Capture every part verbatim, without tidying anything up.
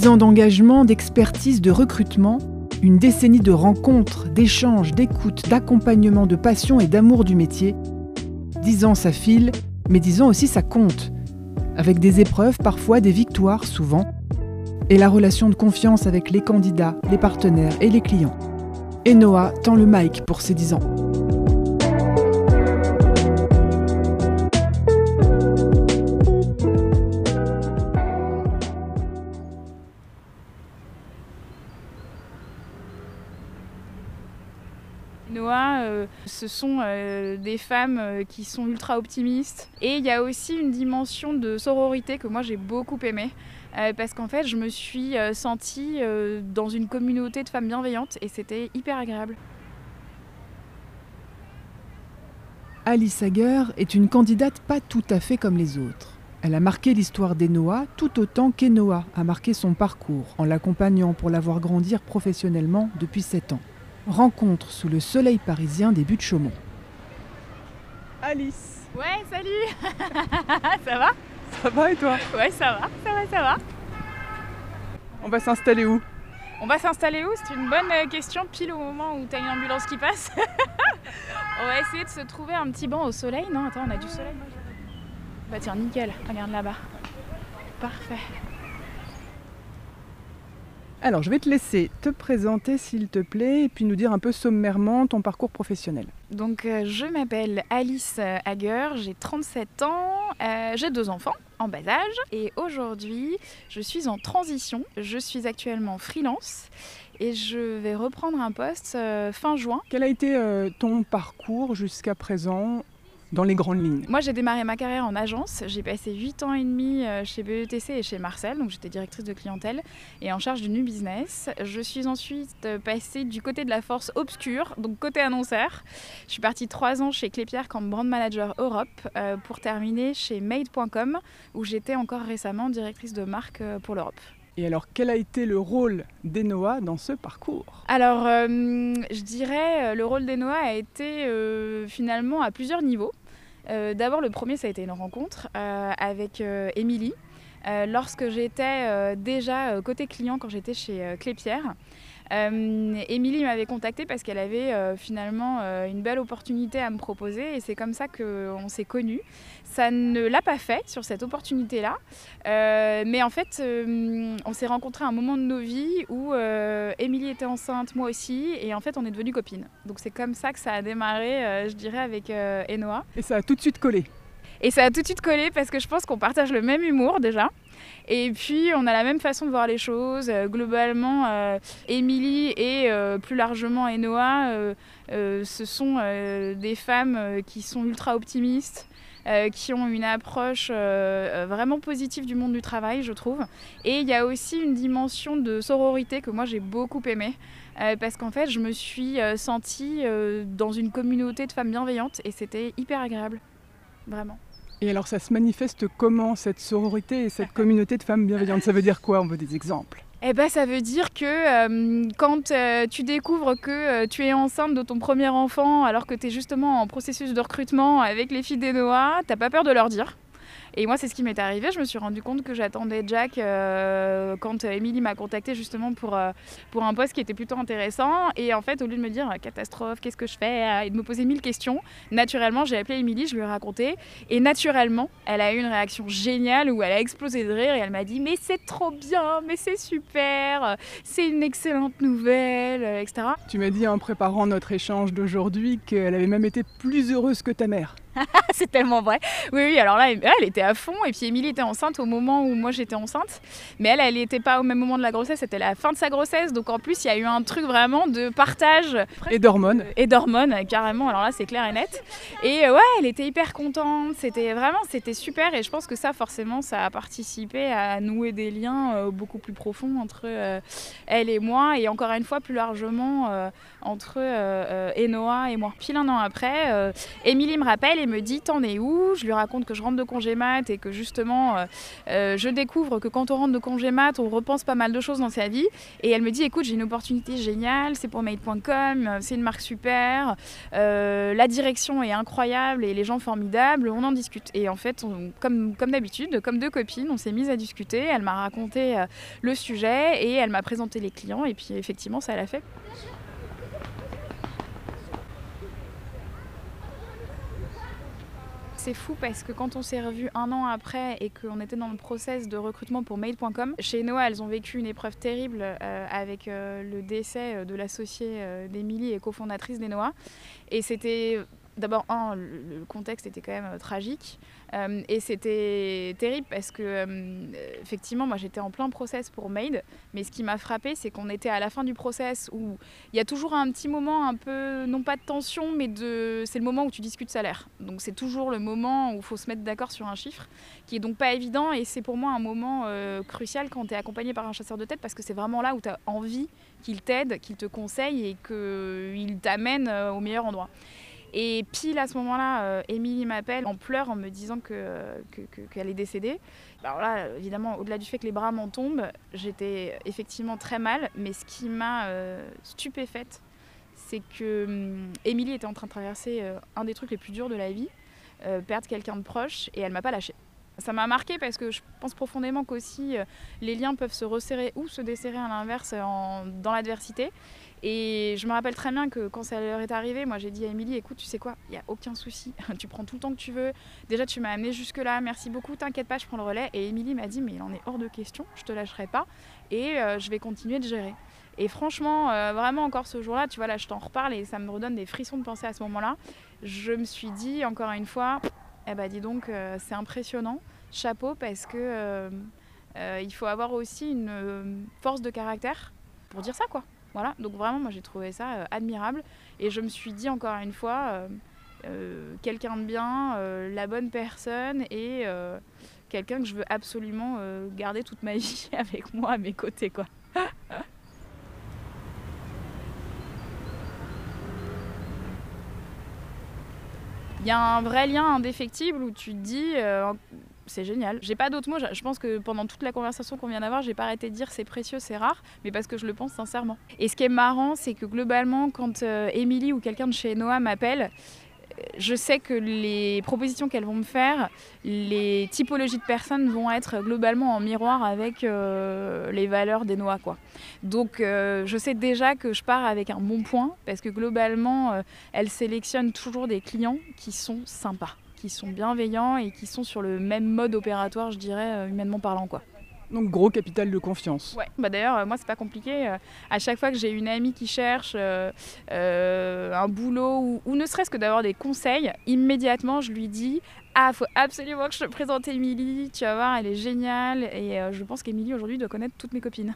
Dix ans d'engagement, d'expertise, de recrutement, une décennie de rencontres, d'échanges, d'écoute, d'accompagnement, de passion et d'amour du métier. Dix ans ça file, mais dix ans aussi ça compte. Avec des épreuves, parfois des victoires, souvent. Et la relation de confiance avec les candidats, les partenaires et les clients. Enoa tend le mic pour ses dix ans. Enoa, euh, ce sont euh, des femmes euh, qui sont ultra optimistes. Et il y a aussi une dimension de sororité que moi j'ai beaucoup aimée. Euh, parce qu'en fait, je me suis euh, sentie euh, dans une communauté de femmes bienveillantes et c'était hyper agréable. Alice Hager est une candidate pas tout à fait comme les autres. Elle a marqué l'histoire d'Enoa tout autant qu'Enoa a marqué son parcours en l'accompagnant pour la voir grandir professionnellement depuis sept ans. Rencontre sous le soleil parisien des Buttes-Chaumont. Alice. Ouais, salut. Ça va? Ça va et toi? Ouais, ça va, ça va, ça va. On va s'installer où? On va s'installer où? C'est une bonne question, pile au moment où t'as une ambulance qui passe. On va essayer de se trouver un petit banc au soleil. Non, attends, on a du soleil. Bah tiens, nickel, regarde là-bas. Parfait. Alors, je vais te laisser te présenter s'il te plaît et puis nous dire un peu sommairement ton parcours professionnel. Donc, euh, je m'appelle Alice Hager, j'ai trente-sept ans, euh, j'ai deux enfants en bas âge et aujourd'hui, je suis en transition. Je suis actuellement freelance et je vais reprendre un poste euh, fin juin. Quel a été euh, ton parcours jusqu'à présent dans les grandes lignes? Moi, j'ai démarré ma carrière en agence. J'ai passé huit ans et demi chez B E T C et chez Marcel, donc j'étais directrice de clientèle et en charge du new business. Je suis ensuite passée du côté de la force obscure, donc côté annonceur. Je suis partie trois ans chez Klépierre comme brand manager Europe euh, pour terminer chez made point com où j'étais encore récemment directrice de marque pour l'Europe. Et alors, quel a été le rôle d'Enoa dans ce parcours? Alors, euh, je dirais, le rôle d'Enoa a été euh, finalement à plusieurs niveaux. Euh, D'abord, le premier, ça a été une rencontre euh, avec euh, Émilie. Euh, lorsque j'étais euh, déjà euh, côté client, quand j'étais chez euh, Klépierre. Euh, Émilie m'avait contactée parce qu'elle avait euh, finalement euh, une belle opportunité à me proposer et c'est comme ça qu'on s'est connus. Ça ne l'a pas fait sur cette opportunité-là, euh, mais en fait euh, on s'est rencontrés à un moment de nos vies où euh, Émilie était enceinte, moi aussi, et en fait on est devenues copines. Donc c'est comme ça que ça a démarré, euh, je dirais, avec euh, Enoa. Et ça a tout de suite collé? Et ça a tout de suite collé parce que je pense qu'on partage le même humour déjà. Et puis on a la même façon de voir les choses. Euh, globalement, euh, Émilie et euh, plus largement Enoa, euh, euh, ce sont euh, des femmes euh, qui sont ultra optimistes, euh, qui ont une approche euh, vraiment positive du monde du travail, je trouve. Et il y a aussi une dimension de sororité que moi j'ai beaucoup aimée. Euh, parce qu'en fait, je me suis euh, sentie euh, dans une communauté de femmes bienveillantes et c'était hyper agréable, vraiment. Et alors ça se manifeste comment, cette sororité et cette communauté de femmes bienveillantes? Ça veut dire quoi? On veut des exemples. Eh ben, ça veut dire que euh, quand euh, tu découvres que euh, tu es enceinte de ton premier enfant alors que tu es justement en processus de recrutement avec les filles d'Enoa, t'as pas peur de leur dire. Et moi, c'est ce qui m'est arrivé. Je me suis rendu compte que j'attendais Jack euh, quand Émilie m'a contactée justement pour, euh, pour un poste qui était plutôt intéressant. Et en fait, au lieu de me dire « catastrophe, qu'est-ce que je fais ?» et de me poser mille questions, naturellement, j'ai appelé Émilie, je lui ai raconté. Et naturellement, elle a eu une réaction géniale où elle a explosé de rire et elle m'a dit « mais c'est trop bien, mais c'est super, c'est une excellente nouvelle, et cetera » Tu m'as dit en préparant notre échange d'aujourd'hui qu'elle avait même été plus heureuse que ta mère. C'est tellement vrai. Oui, oui, alors là, elle était à fond. Et puis Émilie était enceinte au moment où moi j'étais enceinte. Mais elle, elle n'était pas au même moment de la grossesse, c'était la fin de sa grossesse. Donc en plus, il y a eu un truc vraiment de partage. Et d'hormones. Et d'hormones, carrément. Alors là, c'est clair et net. Et ouais, elle était hyper contente. C'était vraiment, c'était super. Et je pense que ça, forcément, ça a participé à nouer des liens euh, beaucoup plus profonds entre euh, elle et moi. Et encore une fois, plus largement, euh, entre euh, euh, Enoa et moi. Pile un an après, euh, Émilie me rappelle et me dit « t'en es où ?» Je lui raconte que je rentre de congé mat mat et que justement, euh, euh, je découvre que quand on rentre de congé mat, on repense pas mal de choses dans sa vie. Et elle me dit, écoute, j'ai une opportunité géniale, c'est pour made point com, c'est une marque super, euh, la direction est incroyable et les gens formidables, on en discute. Et en fait, on, comme, comme d'habitude, comme deux copines, on s'est mises à discuter. Elle m'a raconté euh, le sujet et elle m'a présenté les clients et puis effectivement, ça l'a fait. C'est fou parce que quand on s'est revus un an après et qu'on était dans le process de recrutement pour made point com, chez Noah, elles ont vécu une épreuve terrible euh, avec euh, le décès de l'associée euh, d'Émilie et cofondatrice des Noah. Et c'était d'abord, un, le contexte était quand même euh, tragique euh, et c'était terrible parce que euh, effectivement, moi j'étais en plein process pour Made, mais ce qui m'a frappé, c'est qu'on était à la fin du process où il y a toujours un petit moment un peu, non pas de tension, mais de, c'est le moment où tu discutes salaire. Donc c'est toujours le moment où il faut se mettre d'accord sur un chiffre, qui est donc pas évident et c'est pour moi un moment euh, crucial quand tu es accompagné par un chasseur de tête parce que c'est vraiment là où tu as envie qu'il t'aide, qu'il te conseille et qu'il t'amène euh, au meilleur endroit. Et pile à ce moment-là, euh, Émilie m'appelle en pleurs en me disant que, que, que, qu'elle est décédée. Alors là, évidemment, au-delà du fait que les bras m'en tombent, j'étais effectivement très mal. Mais ce qui m'a euh, stupéfaite, c'est que hum, Émilie était en train de traverser euh, un des trucs les plus durs de la vie, euh, perdre quelqu'un de proche, et elle m'a pas lâchée. Ça m'a marqué parce que je pense profondément qu'aussi euh, les liens peuvent se resserrer ou se desserrer à l'inverse en, dans l'adversité. Et je me rappelle très bien que quand ça leur est arrivé, moi j'ai dit à Émilie, écoute, tu sais quoi, il n'y a aucun souci, tu prends tout le temps que tu veux. Déjà tu m'as amené jusque là, merci beaucoup, t'inquiète pas, je prends le relais. Et Émilie m'a dit, mais il en est hors de question, je te lâcherai pas et euh, je vais continuer de gérer. Et franchement, euh, vraiment encore ce jour-là, tu vois, là je t'en reparle et ça me redonne des frissons de penser à ce moment-là. Je me suis dit encore une fois, eh ben dis donc, euh, c'est impressionnant, chapeau, parce que euh, euh, il faut avoir aussi une euh, force de caractère pour dire ça, quoi. Voilà, donc vraiment, moi j'ai trouvé ça euh, admirable et je me suis dit encore une fois, euh, euh, quelqu'un de bien, euh, la bonne personne et euh, quelqu'un que je veux absolument euh, garder toute ma vie avec moi à mes côtés, quoi. Il y a un vrai lien indéfectible où tu te dis, euh, c'est génial. J'ai pas d'autres mots, je pense que pendant toute la conversation qu'on vient d'avoir, j'ai pas arrêté de dire c'est précieux, c'est rare, mais parce que je le pense sincèrement. Et ce qui est marrant, c'est que globalement, quand euh, Émilie ou quelqu'un de chez Noah m'appelle, je sais que les propositions qu'elles vont me faire, les typologies de personnes vont être globalement en miroir avec euh, les valeurs des Noah, quoi. Donc euh, je sais déjà que je pars avec un bon point parce que globalement, euh, elles sélectionnent toujours des clients qui sont sympas, qui sont bienveillants et qui sont sur le même mode opératoire, je dirais, euh, humainement parlant, quoi. Donc gros capital de confiance. Ouais, bah d'ailleurs, euh, moi c'est pas compliqué. Euh, à chaque fois que j'ai une amie qui cherche euh, euh, un boulot ou, ou ne serait-ce que d'avoir des conseils, immédiatement je lui dis ah, faut absolument que je te présente Émilie, tu vas voir, elle est géniale. Et euh, je pense qu'Émilie aujourd'hui doit connaître toutes mes copines.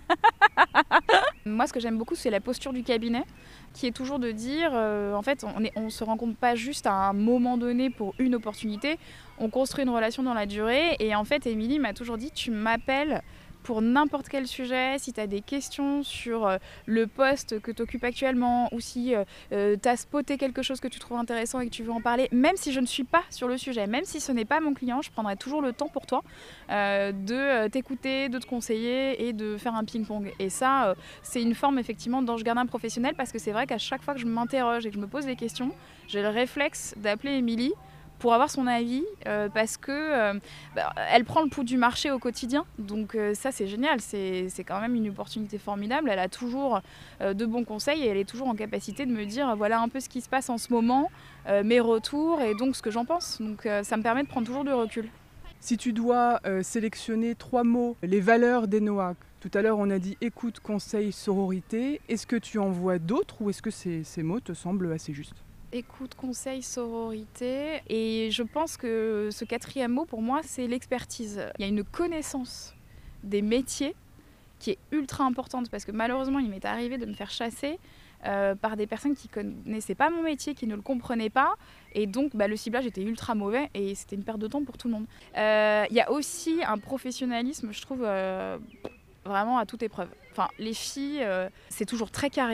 Moi, ce que j'aime beaucoup, c'est la posture du cabinet, qui est toujours de dire, euh, en fait, on, est, on se rencontre pas juste à un moment donné pour une opportunité, on construit une relation dans la durée. Et en fait, Émilie m'a toujours dit, tu m'appelles pour n'importe quel sujet, si tu as des questions sur euh, le poste que tu occupes actuellement ou si euh, euh, tu as spoté quelque chose que tu trouves intéressant et que tu veux en parler, même si je ne suis pas sur le sujet, même si ce n'est pas mon client, je prendrai toujours le temps pour toi euh, de euh, t'écouter, de te conseiller et de faire un ping-pong. Et ça, euh, c'est une forme effectivement d'ange gardien professionnel parce que c'est vrai qu'à chaque fois que je m'interroge et que je me pose des questions, j'ai le réflexe d'appeler Émilie pour avoir son avis, euh, parce que euh, bah, elle prend le pouls du marché au quotidien, donc euh, ça c'est génial, c'est, c'est quand même une opportunité formidable, elle a toujours euh, de bons conseils et elle est toujours en capacité de me dire voilà un peu ce qui se passe en ce moment, euh, mes retours et donc ce que j'en pense, donc euh, ça me permet de prendre toujours du recul. Si tu dois euh, sélectionner trois mots, les valeurs des Noah, tout à l'heure on a dit écoute, conseil, sororité, est-ce que tu en vois d'autres ou est-ce que ces, ces mots te semblent assez justes ? Écoute, conseil, sororité. Et je pense que ce quatrième mot, pour moi, c'est l'expertise. Il y a une connaissance des métiers qui est ultra importante parce que malheureusement, il m'est arrivé de me faire chasser euh, par des personnes qui ne connaissaient pas mon métier, qui ne le comprenaient pas. Et donc, bah, le ciblage était ultra mauvais et c'était une perte de temps pour tout le monde. Euh, il y a aussi un professionnalisme, je trouve, euh, vraiment à toute épreuve. Enfin, les filles, euh, c'est toujours très carré.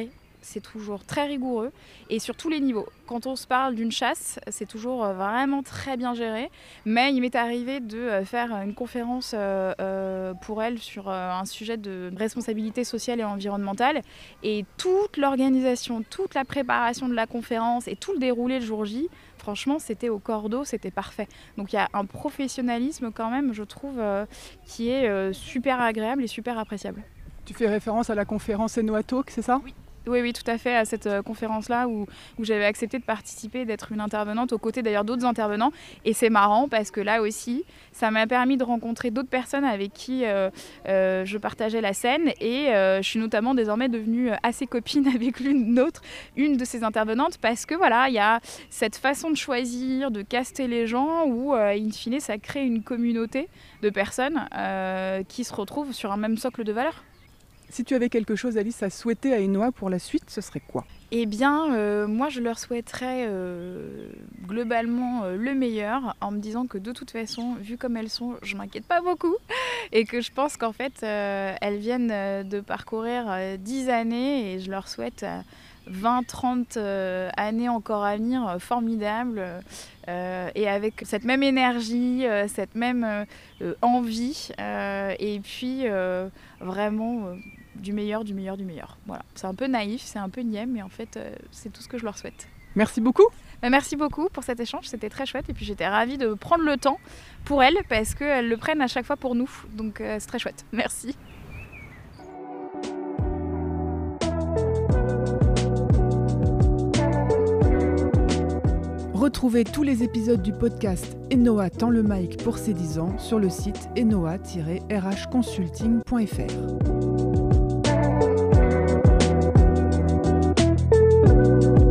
c'est toujours très rigoureux et sur tous les niveaux. Quand on se parle d'une chasse, c'est toujours vraiment très bien géré, mais il m'est arrivé de faire une conférence euh, euh, pour elle sur euh, un sujet de responsabilité sociale et environnementale, et toute l'organisation, toute la préparation de la conférence et tout le déroulé le jour J, franchement, c'était au cordeau, c'était parfait. Donc il y a un professionnalisme quand même, je trouve, euh, qui est euh, super agréable et super appréciable. Tu fais référence à la conférence Enoa Talk, c'est ça ? Oui. Oui, oui, tout à fait, à cette euh, conférence-là où, où j'avais accepté de participer, d'être une intervenante, aux côtés d'ailleurs d'autres intervenants. Et c'est marrant parce que là aussi, ça m'a permis de rencontrer d'autres personnes avec qui euh, euh, je partageais la scène. Et euh, je suis notamment désormais devenue assez copine avec l'une d'autre, une de ces intervenantes, parce que voilà, il y a cette façon de choisir, de caster les gens, où euh, in fine, ça crée une communauté de personnes euh, qui se retrouvent sur un même socle de valeurs. Si tu avais quelque chose, Alice, à souhaiter à Enoa pour la suite, ce serait quoi ? Eh bien, euh, moi, je leur souhaiterais euh, globalement euh, le meilleur, en me disant que de toute façon, vu comme elles sont, je m'inquiète pas beaucoup, et que je pense qu'en fait, euh, elles viennent euh, de parcourir euh, dix années, et je leur souhaite euh, vingt trente euh, années encore à venir euh, formidables, euh, et avec cette même énergie, euh, cette même euh, envie, euh, et puis euh, vraiment... Euh, du meilleur, du meilleur, du meilleur. Voilà. C'est un peu naïf, c'est un peu niais, mais en fait, euh, c'est tout ce que je leur souhaite. Merci beaucoup. Bah, merci beaucoup pour cet échange, c'était très chouette. Et puis j'étais ravie de prendre le temps pour elles, parce qu'elles le prennent à chaque fois pour nous. Donc euh, c'est très chouette. Merci. Retrouvez tous les épisodes du podcast Enoa tend le mic pour ses dix ans sur le site enoa tiret r h consulting point f r.